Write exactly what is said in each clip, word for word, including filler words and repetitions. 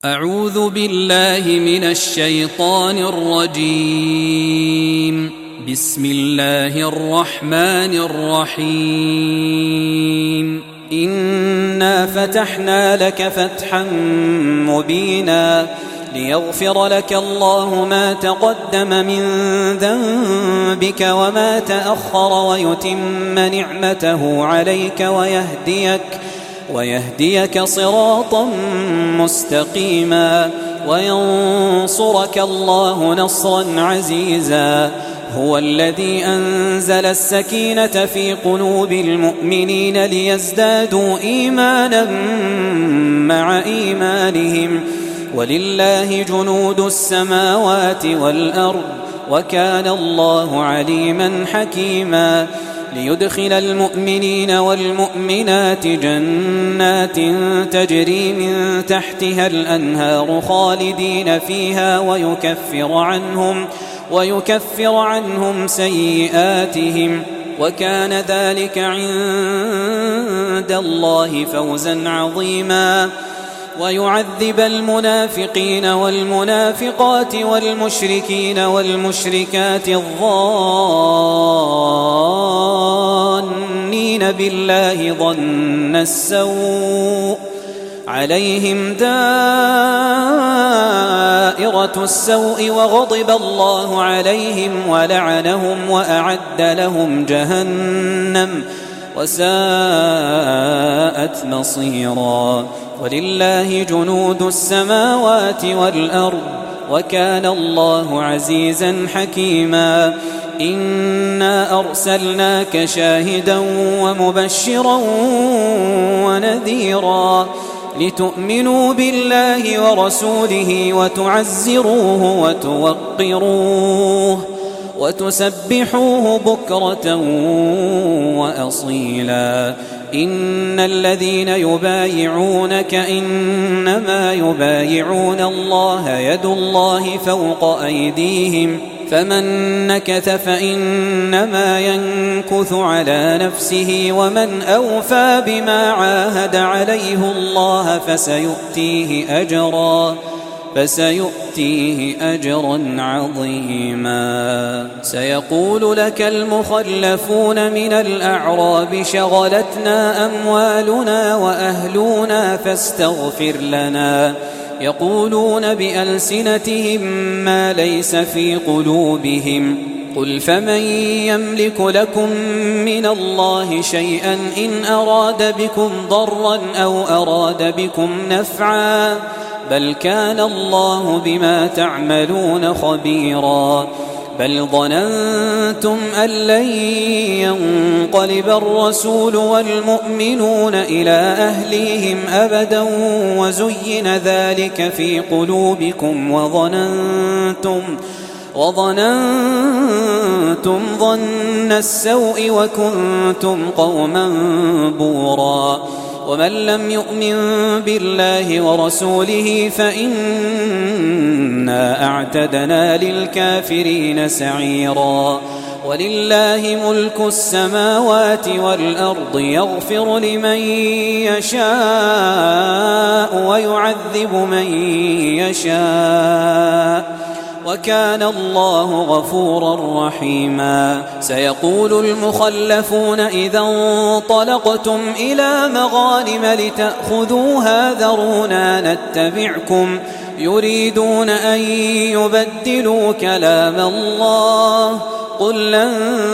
أعوذ بالله من الشيطان الرجيم. بسم الله الرحمن الرحيم. إنا فتحنا لك فتحا مبينا ليغفر لك الله ما تقدم من ذنبك وما تأخر ويتم نعمته عليك ويهديك ويهديك صراطا مستقيما وينصرك الله نصرا عزيزا. هو الذي أنزل السكينة في قلوب المؤمنين ليزدادوا إيمانا مع إيمانهم ولله جنود السماوات والأرض وكان الله عليما حكيما. ليدخل المؤمنين والمؤمنات جنات تجري من تحتها الأنهار خالدين فيها ويكفر عنهم ويكفر عنهم سيئاتهم وكان ذلك عند الله فوزا عظيما. ويعذب المنافقين والمنافقات والمشركين والمشركات الظانين بالله ظن السوء عليهم دائرة السوء وغضب الله عليهم ولعنهم وأعد لهم جهنم وساءت مصيرا. ولله جنود السماوات والأرض وكان الله عزيزا حكيما. إنا أرسلناك شاهدا ومبشرا ونذيرا لتؤمنوا بالله ورسوله وتعزروه وتوقروه وتسبحوه بكرة وأصيلا. إن الذين يبايعونك إنما يبايعون الله يد الله فوق أيديهم فمن نكث فإنما ينكث على نفسه ومن أوفى بما عاهد عليه الله فسيؤتيه أجرا فسيؤتيه أجرا عظيما. سيقول لك المخلفون من الأعراب شغلتنا أموالنا وأهلنا فاستغفر لنا يقولون بألسنتهم ما ليس في قلوبهم قل فمن يملك لكم من الله شيئا إن أراد بكم ضرا أو أراد بكم نفعا بل كان الله بما تعملون خبيرا. بل ظننتم أن لن ينقلب الرسول والمؤمنون إلى أهليهم أبدا وزين ذلك في قلوبكم وظننتم وظننتم ظن السوء وكنتم قوما بورا. ومن لم يؤمن بالله ورسوله فإنا أعتدنا للكافرين سعيرا. ولله ملك السماوات والأرض يغفر لمن يشاء ويعذب من يشاء وكان الله غفورا رحيما. سيقول المخلفون إذا انطلقتم إلى مغانم لتأخذوها ذرونا نتبعكم يريدون أن يبدلوا كلام الله قل لن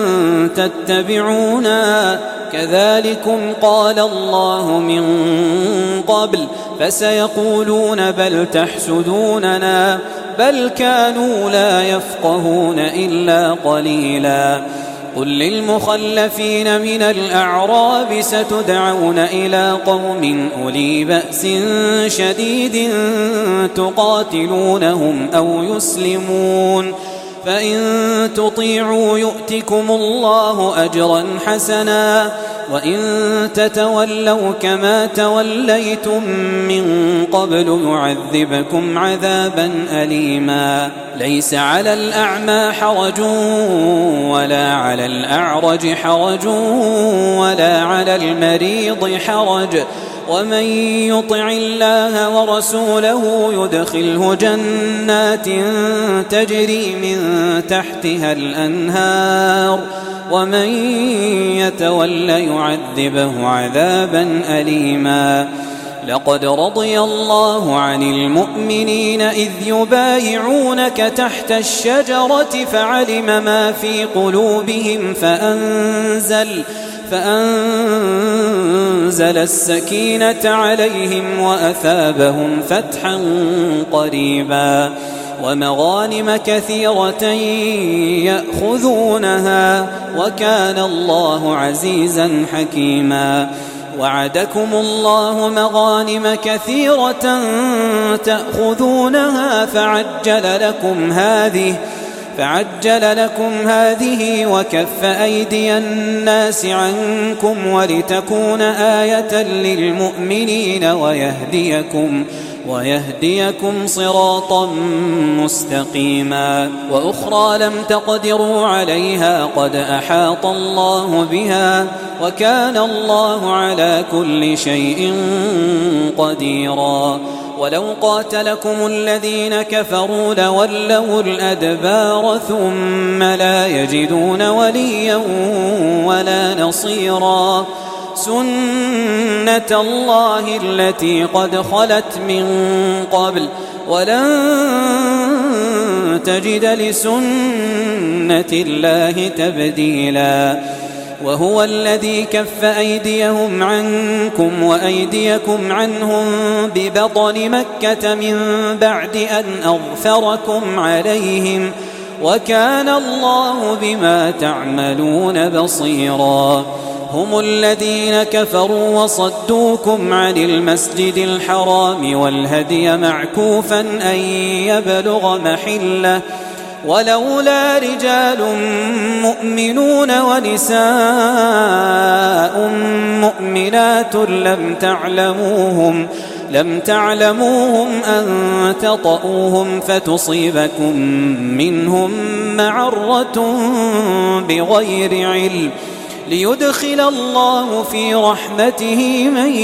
تتبعونا كذلكم قال الله من قبل فسيقولون بل تحسدوننا بل كانوا لا يفقهون إلا قليلا. قل للمخلفين من الأعراب ستدعون إلى قوم أولي بأس شديد تقاتلونهم أو يسلمون فإن تطيعوا يؤتكم الله أجرا حسنا وإن تتولوا كما توليتم من قبل يعذبكم عذابا أليما. ليس على الأعمى حرج ولا على الأعرج حرج ولا على المريض حرج ومن يطع الله ورسوله يدخله جنات تجري من تحتها الأنهار ومن يتول يعذبه عذابا أليما. لقد رضي الله عن المؤمنين إذ يبايعونك تحت الشجرة فعلم ما في قلوبهم فأنزل فأنزل السكينة عليهم وأثابهم فتحا قريبا ومغانم كثيرة يأخذونها وكان الله عزيزا حكيما. وعدكم الله مغانم كثيرة تأخذونها فعجل لكم هذه فعجل لكم هذه وكف أيدي الناس عنكم ولتكون آية للمؤمنين ويهديكم ويهديكم صراطا مستقيما. وأخرى لم تقدروا عليها قد أحاط الله بها وكان الله على كل شيء قديرا. ولو قاتلكم الذين كفروا لولوا الأدبار ثم لا يجدون وليا ولا نصيرا. سنة الله التي قد خلت من قبل ولن تجد لسنة الله تبديلا. وهو الذي كف أيديهم عنكم وأيديكم عنهم ببطن مكة من بعد أن أغفركم عليهم وكان الله بما تعملون بصيرا. هم الذين كفروا وصدوكم عن المسجد الحرام والهدي معكوفا أن يبلغ محله ولولا رجال مؤمنون ونساء مؤمنات لم تعلموهم لم تعلموهم أن تطؤوهم فتصيبكم منهم معرة بغير علم ليدخل الله في رحمته من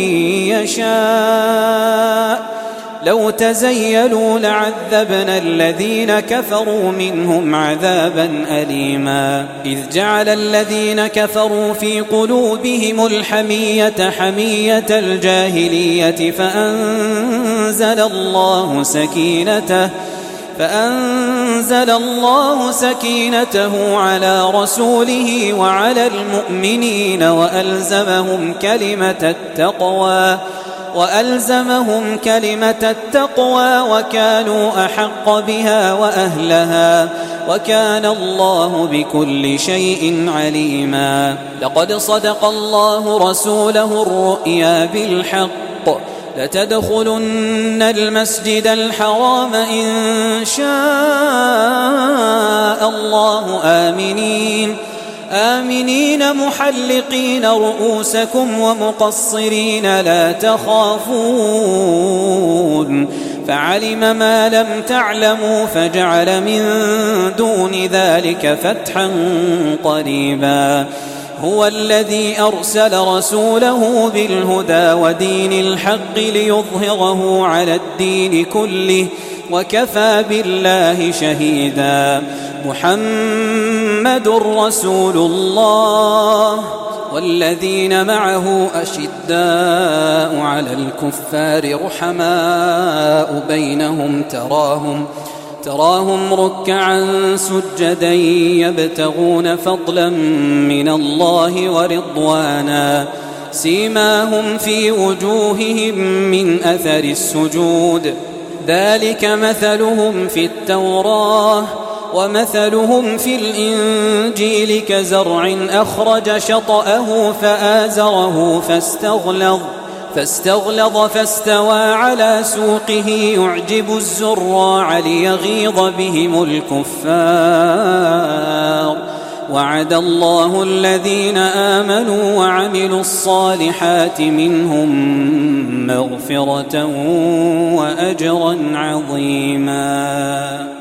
يشاء. لو تزيلوا لعذبنا الذين كفروا منهم عذابا أليما. إذ جعل الذين كفروا في قلوبهم الحمية حمية الجاهلية فأنزل الله سكينته فأنزل الله سكينته على رسوله وعلى المؤمنين وألزمهم كلمة التقوى وألزمهم كلمة التقوى وكانوا أحق بها وأهلها وكان الله بكل شيء عليما. لقد صدق الله رسوله الرؤيا بالحق لتدخلن المسجد الحرام إن شاء الله آمنين آمنين محلقين رؤوسكم ومقصرين لا تخافون فعلم ما لم تعلموا فجعل من دون ذلك فتحا قريبا. هو الذي أرسل رسوله بالهدى ودين الحق ليظهره على الدين كله وكفى بالله شهيدا. محمد رسول الله والذين معه أشداء على الكفار رحماء بينهم تراهم تراهم ركعا سجدا يبتغون فضلا من الله ورضوانا سيماهم في وجوههم من أثر السجود ذلك مثلهم في التوراة ومثلهم في الإنجيل كزرع أخرج شطأه فآزره فاستغلظ فاستغلظ فاستوى على سوقه يعجب الزراع ليغيظ بهم الكفار. وعد الله الذين آمنوا وعملوا الصالحات منهم مغفرة وأجرا عظيما.